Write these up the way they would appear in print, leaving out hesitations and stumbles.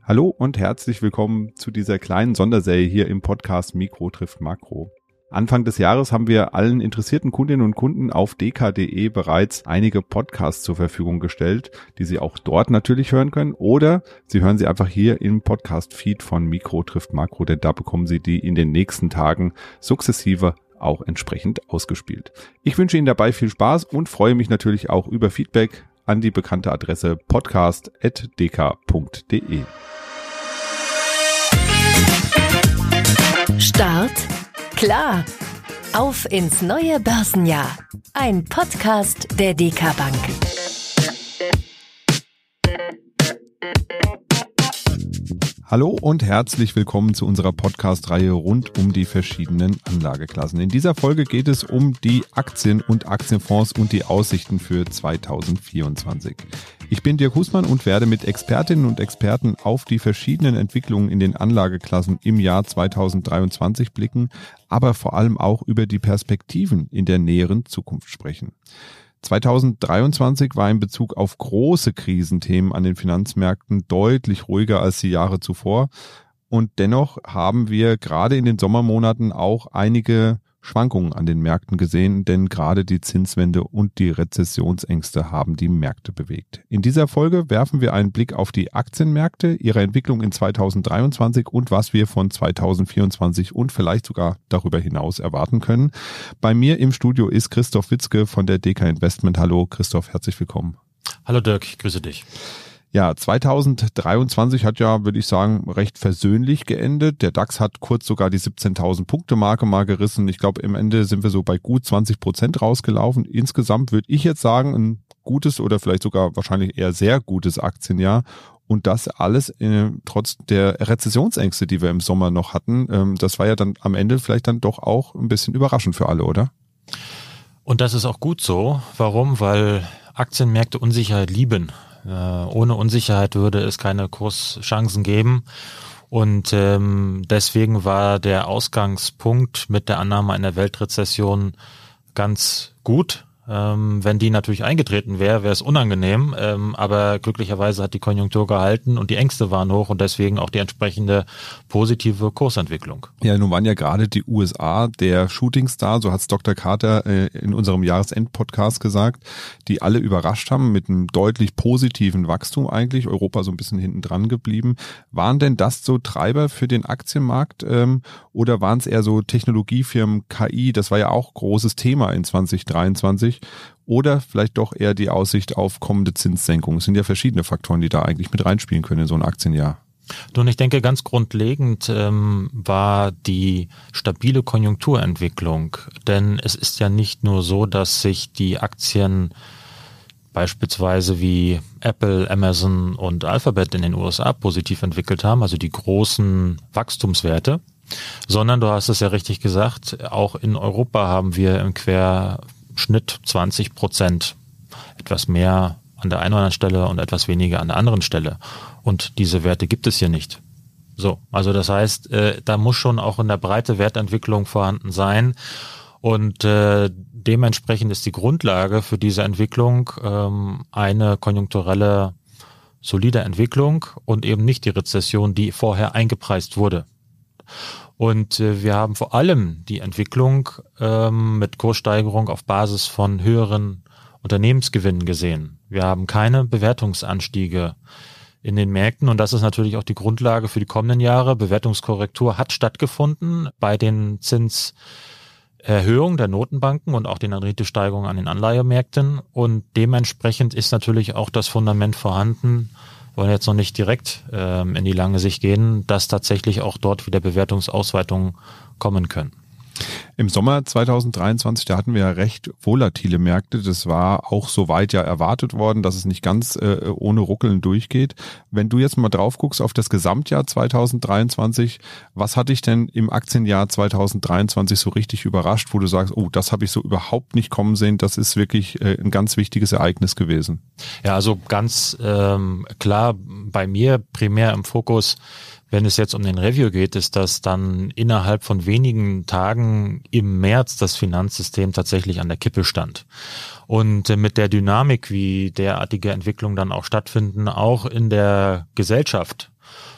Hallo und herzlich willkommen zu dieser kleinen Sonderserie hier im Podcast Mikro trifft Makro. Anfang des Jahres haben wir allen interessierten Kundinnen und Kunden auf dk.de bereits einige Podcasts zur Verfügung gestellt, die Sie auch dort natürlich hören können, oder Sie hören sie einfach hier im Podcast-Feed von Mikro trifft Makro, denn da bekommen Sie die in den nächsten Tagen sukzessive auch entsprechend ausgespielt. Ich wünsche Ihnen dabei viel Spaß und freue mich natürlich auch über Feedback an die bekannte Adresse podcast@dk.de. Start klar. Auf ins neue Börsenjahr. Ein Podcast der DK Bank. Hallo und herzlich willkommen zu unserer Podcast-Reihe rund um die verschiedenen Anlageklassen. In dieser Folge geht es um die Aktien und Aktienfonds und die Aussichten für 2024. Ich bin Dirk Husmann und werde mit Expertinnen und Experten auf die verschiedenen Entwicklungen in den Anlageklassen im Jahr 2023 blicken, aber vor allem auch über die Perspektiven in der näheren Zukunft sprechen. 2023 war in Bezug auf große Krisenthemen an den Finanzmärkten deutlich ruhiger als die Jahre zuvor. Und dennoch haben wir gerade in den Sommermonaten auch einige Schwankungen an den Märkten gesehen, denn gerade die Zinswende und die Rezessionsängste haben die Märkte bewegt. In dieser Folge werfen wir einen Blick auf die Aktienmärkte, ihre Entwicklung in 2023 und was wir von 2024 und vielleicht sogar darüber hinaus erwarten können. Bei mir im Studio ist Christoph Witzke von der DK Investment. Hallo Christoph, herzlich willkommen. Hallo Dirk, ich grüße dich. Ja, 2023 hat ja, würde ich sagen, recht versöhnlich geendet. Der DAX hat kurz sogar die 17.000 Punkte Marke mal gerissen. Ich glaube, im Ende sind wir so bei gut 20% rausgelaufen. Insgesamt würde ich jetzt sagen, ein gutes oder vielleicht sogar wahrscheinlich eher sehr gutes Aktienjahr. Und das alles trotz der Rezessionsängste, die wir im Sommer noch hatten. Das war ja dann am Ende vielleicht dann doch auch ein bisschen überraschend für alle, oder? Und das ist auch gut so. Warum? Weil Aktienmärkte Unsicherheit lieben. Ohne Unsicherheit würde es keine Kurschancen geben und deswegen war der Ausgangspunkt mit der Annahme einer Weltrezession ganz gut. Wenn die natürlich eingetreten wäre, wäre es unangenehm, aber glücklicherweise hat die Konjunktur gehalten und die Ängste waren hoch und deswegen auch die entsprechende positive Kursentwicklung. Ja, nun waren ja gerade die USA der Shootingstar, so hat es Dr. Carter in unserem Jahresend-Podcast gesagt, die alle überrascht haben mit einem deutlich positiven Wachstum eigentlich, Europa so ein bisschen hinten dran geblieben. Waren denn das so Treiber für den Aktienmarkt oder waren es eher so Technologiefirmen, KI, das war ja auch großes Thema in 2023, oder vielleicht doch eher die Aussicht auf kommende Zinssenkungen? Es sind ja verschiedene Faktoren, die da eigentlich mit reinspielen können in so ein Aktienjahr. Nun, ich denke, ganz grundlegend war die stabile Konjunkturentwicklung, denn es ist ja nicht nur so, dass sich die Aktien beispielsweise wie Apple, Amazon und Alphabet in den USA positiv entwickelt haben, also die großen Wachstumswerte, sondern du hast es ja richtig gesagt, auch in Europa haben wir im Querschnitt 20%, etwas mehr an der einen oder anderen Stelle und etwas weniger an der anderen Stelle. Und diese Werte gibt es hier nicht. So, also das heißt, da muss schon auch in der Breite Wertentwicklung vorhanden sein. Und dementsprechend ist die Grundlage für diese Entwicklung eine konjunkturelle, solide Entwicklung und eben nicht die Rezession, die vorher eingepreist wurde. Und wir haben vor allem die Entwicklung mit Kurssteigerung auf Basis von höheren Unternehmensgewinnen gesehen. Wir haben keine Bewertungsanstiege in den Märkten und das ist natürlich auch die Grundlage für die kommenden Jahre. Bewertungskorrektur hat stattgefunden bei den Zinserhöhungen der Notenbanken und auch den Renditesteigerungen an den Anleihemärkten und dementsprechend ist natürlich auch das Fundament vorhanden, wollen jetzt noch nicht direkt in die lange Sicht gehen, dass tatsächlich auch dort wieder Bewertungsausweitungen kommen können. Im Sommer 2023, da hatten wir ja recht volatile Märkte. Das war auch soweit ja erwartet worden, dass es nicht ganz ohne Ruckeln durchgeht. Wenn du jetzt mal drauf guckst auf das Gesamtjahr 2023, was hat dich denn im Aktienjahr 2023 so richtig überrascht, wo du sagst, oh, das habe ich so überhaupt nicht kommen sehen, das ist wirklich ein ganz wichtiges Ereignis gewesen? Ja, also ganz klar bei mir primär im Fokus, wenn es jetzt um den Review geht, ist, dass dann innerhalb von wenigen Tagen im März das Finanzsystem tatsächlich an der Kippe stand. Und mit der Dynamik, wie derartige Entwicklungen dann auch stattfinden, auch in der Gesellschaft,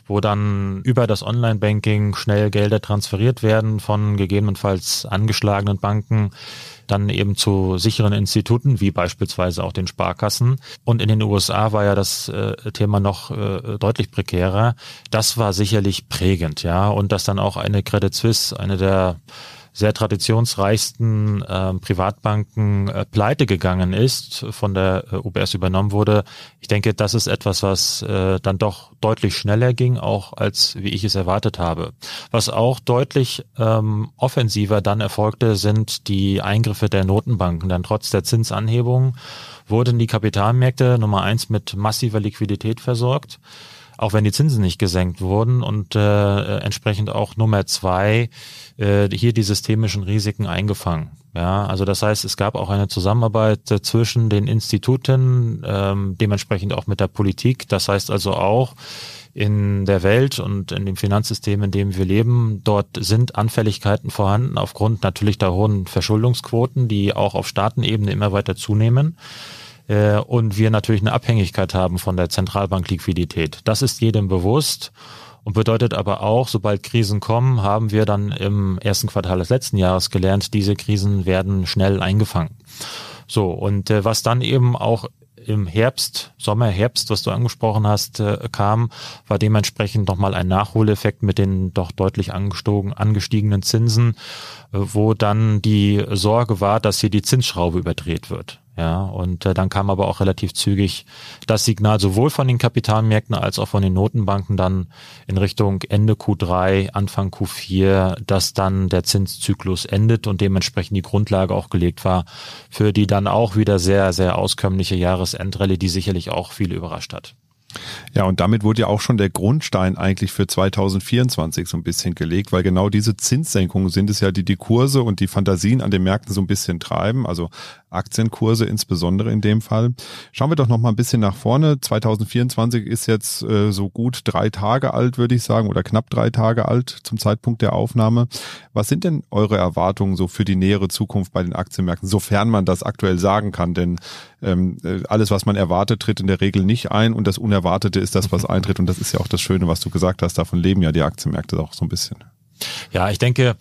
wo dann über das Online-Banking schnell Gelder transferiert werden von gegebenenfalls angeschlagenen Banken, dann eben zu sicheren Instituten, wie beispielsweise auch den Sparkassen. Und in den USA war ja das Thema noch deutlich prekärer. Das war sicherlich prägend, ja. Und dass dann auch eine Credit Suisse, eine der sehr traditionsreichsten Privatbanken pleite gegangen ist, von der UBS übernommen wurde. Ich denke, das ist etwas, was dann doch deutlich schneller ging, auch als wie ich es erwartet habe. Was auch deutlich offensiver dann erfolgte, sind die Eingriffe der Notenbanken. Denn trotz der Zinsanhebung wurden die Kapitalmärkte Nummer 1 mit massiver Liquidität versorgt, auch wenn die Zinsen nicht gesenkt wurden, und entsprechend auch Nummer 2 hier die systemischen Risiken eingefangen. Ja, also das heißt, es gab auch eine Zusammenarbeit zwischen den Instituten, dementsprechend auch mit der Politik. Das heißt also auch in der Welt und in dem Finanzsystem, in dem wir leben, dort sind Anfälligkeiten vorhanden aufgrund natürlich der hohen Verschuldungsquoten, die auch auf Staatenebene immer weiter zunehmen. Und wir natürlich eine Abhängigkeit haben von der Zentralbankliquidität. Das ist jedem bewusst und bedeutet aber auch, sobald Krisen kommen, haben wir dann im ersten Quartal des letzten Jahres gelernt, diese Krisen werden schnell eingefangen. So, und was dann eben auch im Sommer, Herbst, was du angesprochen hast, kam, war dementsprechend nochmal ein Nachholeffekt mit den doch deutlich angestiegenen Zinsen, wo dann die Sorge war, dass hier die Zinsschraube überdreht wird. Ja, und dann kam aber auch relativ zügig das Signal sowohl von den Kapitalmärkten als auch von den Notenbanken dann in Richtung Ende Q3, Anfang Q4, dass dann der Zinszyklus endet und dementsprechend die Grundlage auch gelegt war für die dann auch wieder sehr, sehr auskömmliche Jahresendrallye, die sicherlich auch viele überrascht hat. Ja, und damit wurde ja auch schon der Grundstein eigentlich für 2024 so ein bisschen gelegt, weil genau diese Zinssenkungen sind es ja, die die Kurse und die Fantasien an den Märkten so ein bisschen treiben, also Aktienkurse insbesondere in dem Fall. Schauen wir doch noch mal ein bisschen nach vorne. 2024 ist jetzt so gut 3 Tage alt, würde ich sagen, oder knapp 3 Tage alt zum Zeitpunkt der Aufnahme. Was sind denn eure Erwartungen so für die nähere Zukunft bei den Aktienmärkten, sofern man das aktuell sagen kann? Denn alles, was man erwartet, tritt in der Regel nicht ein und das Unerwartete ist das, was eintritt. Und das ist ja auch das Schöne, was du gesagt hast. Davon leben ja die Aktienmärkte auch so ein bisschen. Ja, ich denke,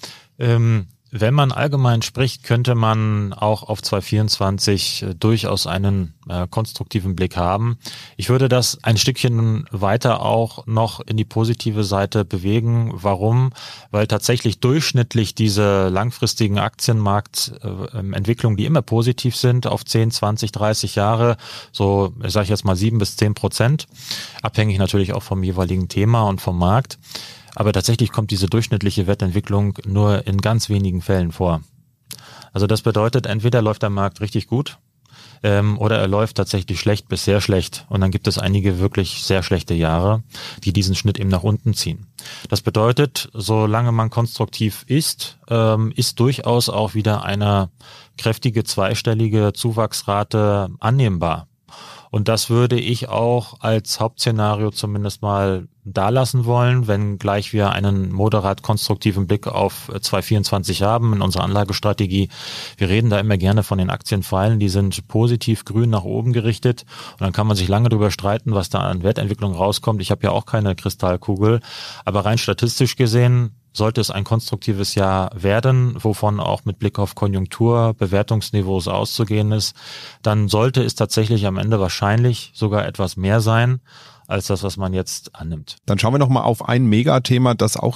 wenn man allgemein spricht, könnte man auch auf 2024 durchaus einen konstruktiven Blick haben. Ich würde das ein Stückchen weiter auch noch in die positive Seite bewegen. Warum? Weil tatsächlich durchschnittlich diese langfristigen Aktienmarktentwicklungen, die immer positiv sind, auf 10, 20, 30 Jahre, so sage ich jetzt mal 7-10%, abhängig natürlich auch vom jeweiligen Thema und vom Markt. Aber tatsächlich kommt diese durchschnittliche Wertentwicklung nur in ganz wenigen Fällen vor. Also das bedeutet, entweder läuft der Markt richtig gut oder er läuft tatsächlich schlecht bis sehr schlecht. Und dann gibt es einige wirklich sehr schlechte Jahre, die diesen Schnitt eben nach unten ziehen. Das bedeutet, solange man konstruktiv ist durchaus auch wieder eine kräftige zweistellige Zuwachsrate annehmbar. Und das würde ich auch als Hauptszenario zumindest mal da lassen wollen, wenn gleich wir einen moderat konstruktiven Blick auf 2024 haben in unserer Anlagestrategie. Wir reden da immer gerne von den Aktienpfeilen, die sind positiv grün nach oben gerichtet und dann kann man sich lange darüber streiten, was da an Wertentwicklung rauskommt. Ich habe ja auch keine Kristallkugel, aber rein statistisch gesehen sollte es ein konstruktives Jahr werden, wovon auch mit Blick auf Konjunktur, Bewertungsniveaus auszugehen ist, dann sollte es tatsächlich am Ende wahrscheinlich sogar etwas mehr sein als das, was man jetzt annimmt. Dann schauen wir noch mal auf ein Megathema, das auch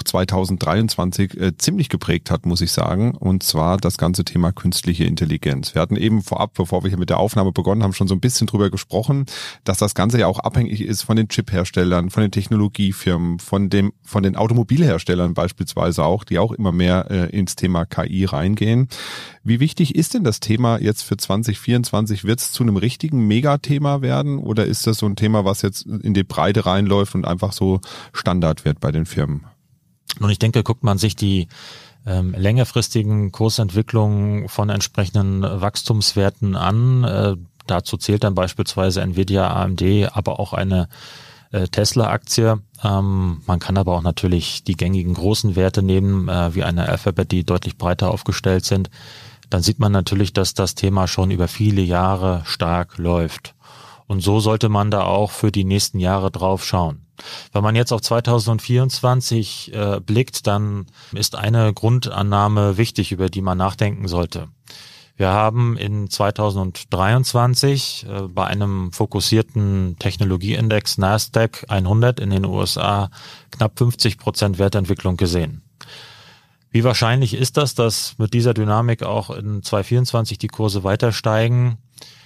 2023 ziemlich geprägt hat, muss ich sagen, und zwar das ganze Thema künstliche Intelligenz. Wir hatten eben vorab, bevor wir hier mit der Aufnahme begonnen haben, schon so ein bisschen drüber gesprochen, dass das Ganze ja auch abhängig ist von den Chipherstellern, von den Technologiefirmen, von den Automobilherstellern beispielsweise auch, die auch immer mehr ins Thema KI reingehen. Wie wichtig ist denn das Thema jetzt für 2024? Wird es zu einem richtigen Megathema werden oder ist das so ein Thema, was jetzt in die Breite reinläuft und einfach so Standard wird bei den Firmen? Nun, ich denke, guckt man sich die längerfristigen Kursentwicklungen von entsprechenden Wachstumswerten an. Dazu zählt dann beispielsweise Nvidia, AMD, aber auch eine Tesla-Aktie. Man kann aber auch natürlich die gängigen großen Werte nehmen, wie eine Alphabet, die deutlich breiter aufgestellt sind. Dann sieht man natürlich, dass das Thema schon über viele Jahre stark läuft. Und so sollte man da auch für die nächsten Jahre drauf schauen. Wenn man jetzt auf 2024 blickt, dann ist eine Grundannahme wichtig, über die man nachdenken sollte. Wir haben in 2023 bei einem fokussierten Technologieindex Nasdaq 100 in den USA knapp 50% Wertentwicklung gesehen. Wie wahrscheinlich ist das, dass mit dieser Dynamik auch in 2024 die Kurse weiter steigen?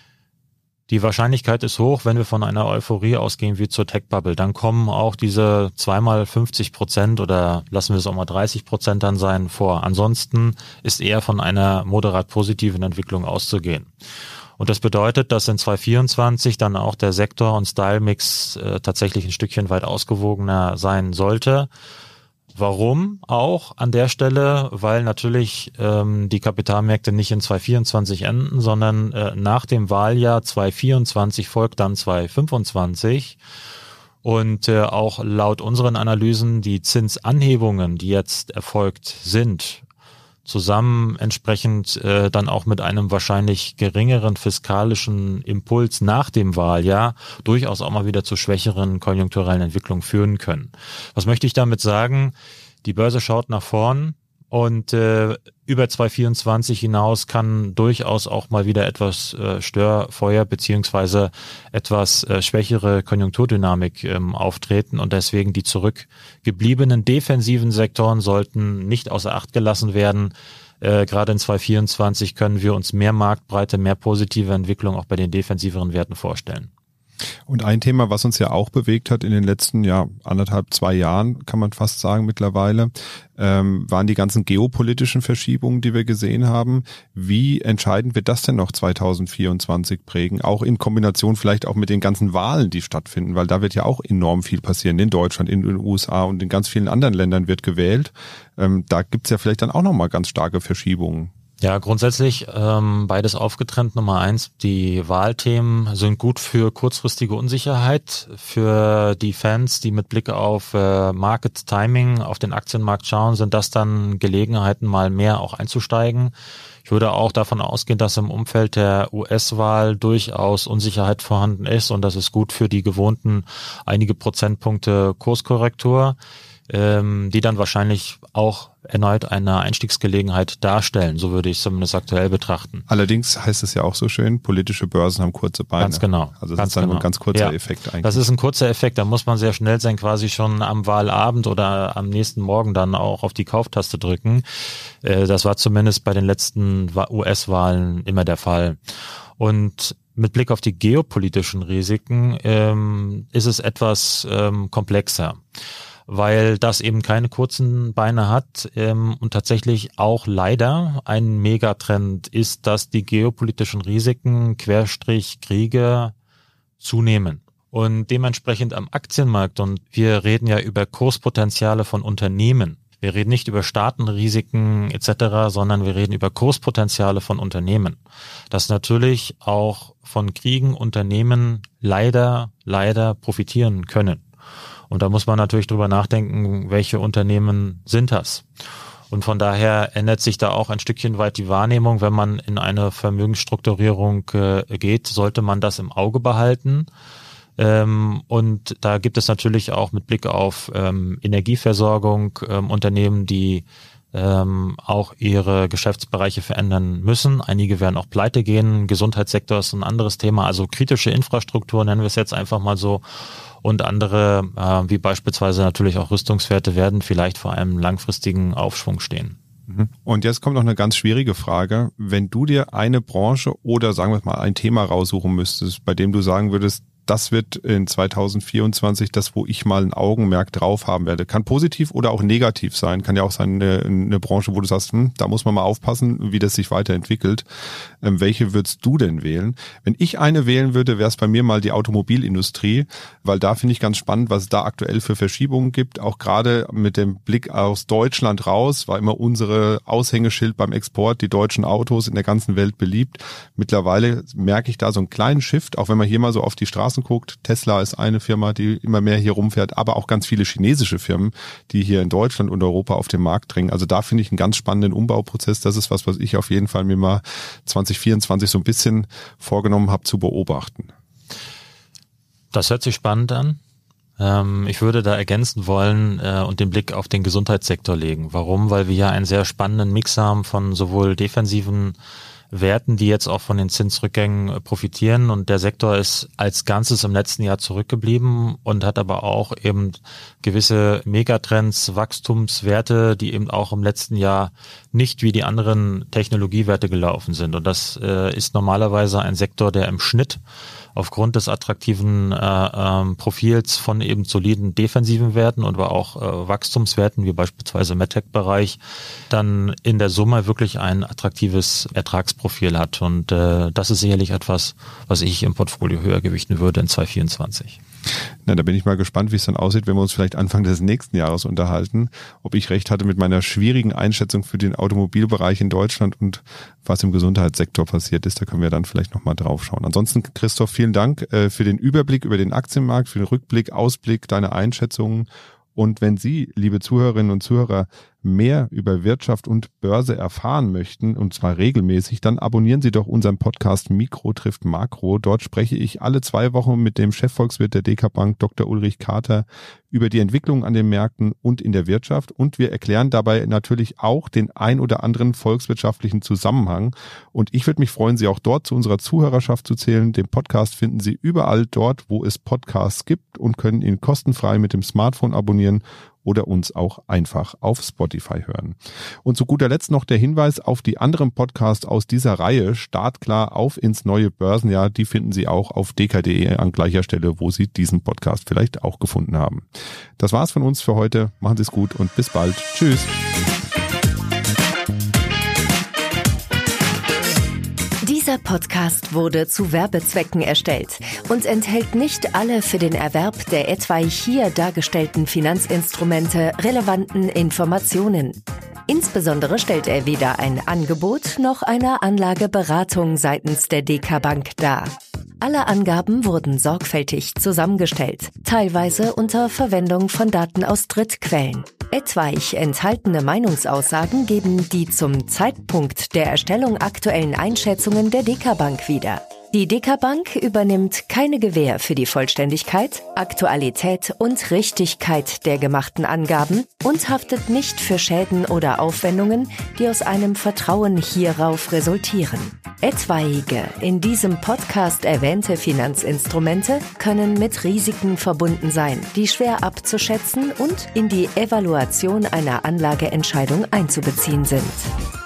Die Wahrscheinlichkeit ist hoch, wenn wir von einer Euphorie ausgehen wie zur Tech-Bubble. Dann kommen auch diese zweimal 50% oder lassen wir es auch mal 30% dann sein vor. Ansonsten ist eher von einer moderat positiven Entwicklung auszugehen. Und das bedeutet, dass in 2024 dann auch der Sektor- und Style-Mix tatsächlich ein Stückchen weit ausgewogener sein sollte. Warum auch an der Stelle? Weil natürlich die Kapitalmärkte nicht in 2024 enden, sondern nach dem Wahljahr 2024 folgt dann 2025. Und auch laut unseren Analysen die Zinsanhebungen, die jetzt erfolgt sind, zusammen entsprechend dann auch mit einem wahrscheinlich geringeren fiskalischen Impuls nach dem Wahljahr durchaus auch mal wieder zu schwächeren konjunkturellen Entwicklungen führen können. Was möchte ich damit sagen? Die Börse schaut nach vorn und über 2024 hinaus kann durchaus auch mal wieder etwas Störfeuer beziehungsweise etwas schwächere Konjunkturdynamik auftreten und deswegen die zurückgebliebenen defensiven Sektoren sollten nicht außer Acht gelassen werden. Gerade in 2024 können wir uns mehr Marktbreite, mehr positive Entwicklung auch bei den defensiveren Werten vorstellen. Und ein Thema, was uns ja auch bewegt hat in den letzten 2 Jahren, kann man fast sagen mittlerweile, waren die ganzen geopolitischen Verschiebungen, die wir gesehen haben. Wie entscheidend wird das denn noch 2024 prägen? Auch in Kombination vielleicht auch mit den ganzen Wahlen, die stattfinden, weil da wird ja auch enorm viel passieren. In Deutschland, in den USA und in ganz vielen anderen Ländern wird gewählt. Da gibt's ja vielleicht dann auch nochmal ganz starke Verschiebungen. Ja, grundsätzlich beides aufgetrennt. Nummer 1, die Wahlthemen sind gut für kurzfristige Unsicherheit, für die Fans, die mit Blick auf Market Timing auf den Aktienmarkt schauen, sind das dann Gelegenheiten, mal mehr auch einzusteigen. Ich würde auch davon ausgehen, dass im Umfeld der US-Wahl durchaus Unsicherheit vorhanden ist und das ist gut für die gewohnten einige Prozentpunkte Kurskorrektur, die dann wahrscheinlich auch erneut eine Einstiegsgelegenheit darstellen. So würde ich es zumindest aktuell betrachten. Allerdings heißt es ja auch so schön, politische Börsen haben kurze Beine. Ganz genau. Also das ist dann nur ein ganz kurzer Effekt eigentlich. Das ist ein kurzer Effekt. Da muss man sehr schnell sein, quasi schon am Wahlabend oder am nächsten Morgen dann auch auf die Kauftaste drücken. Das war zumindest bei den letzten US-Wahlen immer der Fall. Und mit Blick auf die geopolitischen Risiken ist es etwas komplexer, weil das eben keine kurzen Beine hat und tatsächlich auch leider ein Megatrend ist, dass die geopolitischen Risiken / Kriege zunehmen. Und dementsprechend am Aktienmarkt, und wir reden ja über Kurspotenziale von Unternehmen, wir reden nicht über Staatenrisiken etc., sondern wir reden über Kurspotenziale von Unternehmen, dass natürlich auch von Kriegen Unternehmen leider profitieren können. Und da muss man natürlich drüber nachdenken, welche Unternehmen sind das. Und von daher ändert sich da auch ein Stückchen weit die Wahrnehmung. Wenn man in eine Vermögensstrukturierung geht, sollte man das im Auge behalten. Und da gibt es natürlich auch mit Blick auf Energieversorgung Unternehmen, die auch ihre Geschäftsbereiche verändern müssen. Einige werden auch pleite gehen. Gesundheitssektor ist ein anderes Thema. Also kritische Infrastruktur, nennen wir es jetzt einfach mal so. Und andere, wie beispielsweise natürlich auch Rüstungswerte, werden vielleicht vor einem langfristigen Aufschwung stehen. Und jetzt kommt noch eine ganz schwierige Frage. Wenn du dir eine Branche oder sagen wir mal ein Thema raussuchen müsstest, bei dem du sagen würdest, das wird in 2024 das, wo ich mal ein Augenmerk drauf haben werde. Kann positiv oder auch negativ sein. Kann ja auch sein eine Branche, wo du sagst, da muss man mal aufpassen, wie das sich weiterentwickelt. Welche würdest du denn wählen? Wenn ich eine wählen würde, wäre es bei mir mal die Automobilindustrie, weil da finde ich ganz spannend, was es da aktuell für Verschiebungen gibt. Auch gerade mit dem Blick aus Deutschland raus war immer unsere Aushängeschild beim Export, die deutschen Autos in der ganzen Welt beliebt. Mittlerweile merke ich da so einen kleinen Shift, auch wenn man hier mal so auf die Straßen guckt. Tesla ist eine Firma, die immer mehr hier rumfährt, aber auch ganz viele chinesische Firmen, die hier in Deutschland und Europa auf den Markt drängen. Also da finde ich einen ganz spannenden Umbauprozess. Das ist was ich auf jeden Fall mir mal 2024 so ein bisschen vorgenommen habe zu beobachten. Das hört sich spannend an. Ich würde da ergänzen wollen und den Blick auf den Gesundheitssektor legen. Warum? Weil wir ja einen sehr spannenden Mix haben von sowohl defensiven Werten, die jetzt auch von den Zinsrückgängen profitieren, und der Sektor ist als Ganzes im letzten Jahr zurückgeblieben und hat aber auch eben gewisse Megatrends, Wachstumswerte, die eben auch im letzten Jahr nicht wie die anderen Technologiewerte gelaufen sind. Und das ist normalerweise ein Sektor, der im Schnitt aufgrund des attraktiven Profils von eben soliden defensiven Werten und aber auch Wachstumswerten, wie beispielsweise im MedTech-Bereich, dann in der Summe wirklich ein attraktives Ertragsprofil hat. Und das ist sicherlich etwas, was ich im Portfolio höher gewichten würde in 2024. Na, da bin ich mal gespannt, wie es dann aussieht, wenn wir uns vielleicht Anfang des nächsten Jahres unterhalten, ob ich recht hatte mit meiner schwierigen Einschätzung für den Automobilbereich in Deutschland und was im Gesundheitssektor passiert ist. Da können wir dann vielleicht nochmal drauf schauen. Ansonsten, Christoph, vielen Dank für den Überblick über den Aktienmarkt, für den Rückblick, Ausblick, deine Einschätzungen. Und wenn Sie, liebe Zuhörerinnen und Zuhörer, mehr über Wirtschaft und Börse erfahren möchten, und zwar regelmäßig, dann abonnieren Sie doch unseren Podcast Mikro trifft Makro. Dort spreche ich alle 2 Wochen mit dem Chefvolkswirt der DK Bank, Dr. Ulrich Kater, über die Entwicklung an den Märkten und in der Wirtschaft. Und wir erklären dabei natürlich auch den ein oder anderen volkswirtschaftlichen Zusammenhang. Und ich würde mich freuen, Sie auch dort zu unserer Zuhörerschaft zu zählen. Den Podcast finden Sie überall dort, wo es Podcasts gibt, und können ihn kostenfrei mit dem Smartphone abonnieren oder uns auch einfach auf Spotify hören. Und zu guter Letzt noch der Hinweis auf die anderen Podcasts aus dieser Reihe, Startklar auf ins neue Börsenjahr. Die finden Sie auch auf dk.de an gleicher Stelle, wo Sie diesen Podcast vielleicht auch gefunden haben. Das war's von uns für heute. Machen Sie es gut und bis bald. Tschüss. Dieser Podcast wurde zu Werbezwecken erstellt und enthält nicht alle für den Erwerb der etwaig hier dargestellten Finanzinstrumente relevanten Informationen. Insbesondere stellt er weder ein Angebot noch eine Anlageberatung seitens der DK Bank dar. Alle Angaben wurden sorgfältig zusammengestellt, teilweise unter Verwendung von Daten aus Drittquellen. Etwaig enthaltene Meinungsaussagen geben die zum Zeitpunkt der Erstellung aktuellen Einschätzungen der DK Bank wieder. Die DK Bank übernimmt keine Gewähr für die Vollständigkeit, Aktualität und Richtigkeit der gemachten Angaben und haftet nicht für Schäden oder Aufwendungen, die aus einem Vertrauen hierauf resultieren. Etwaige in diesem Podcast erwähnte Finanzinstrumente können mit Risiken verbunden sein, die schwer abzuschätzen und in die Evaluation einer Anlageentscheidung einzubeziehen sind.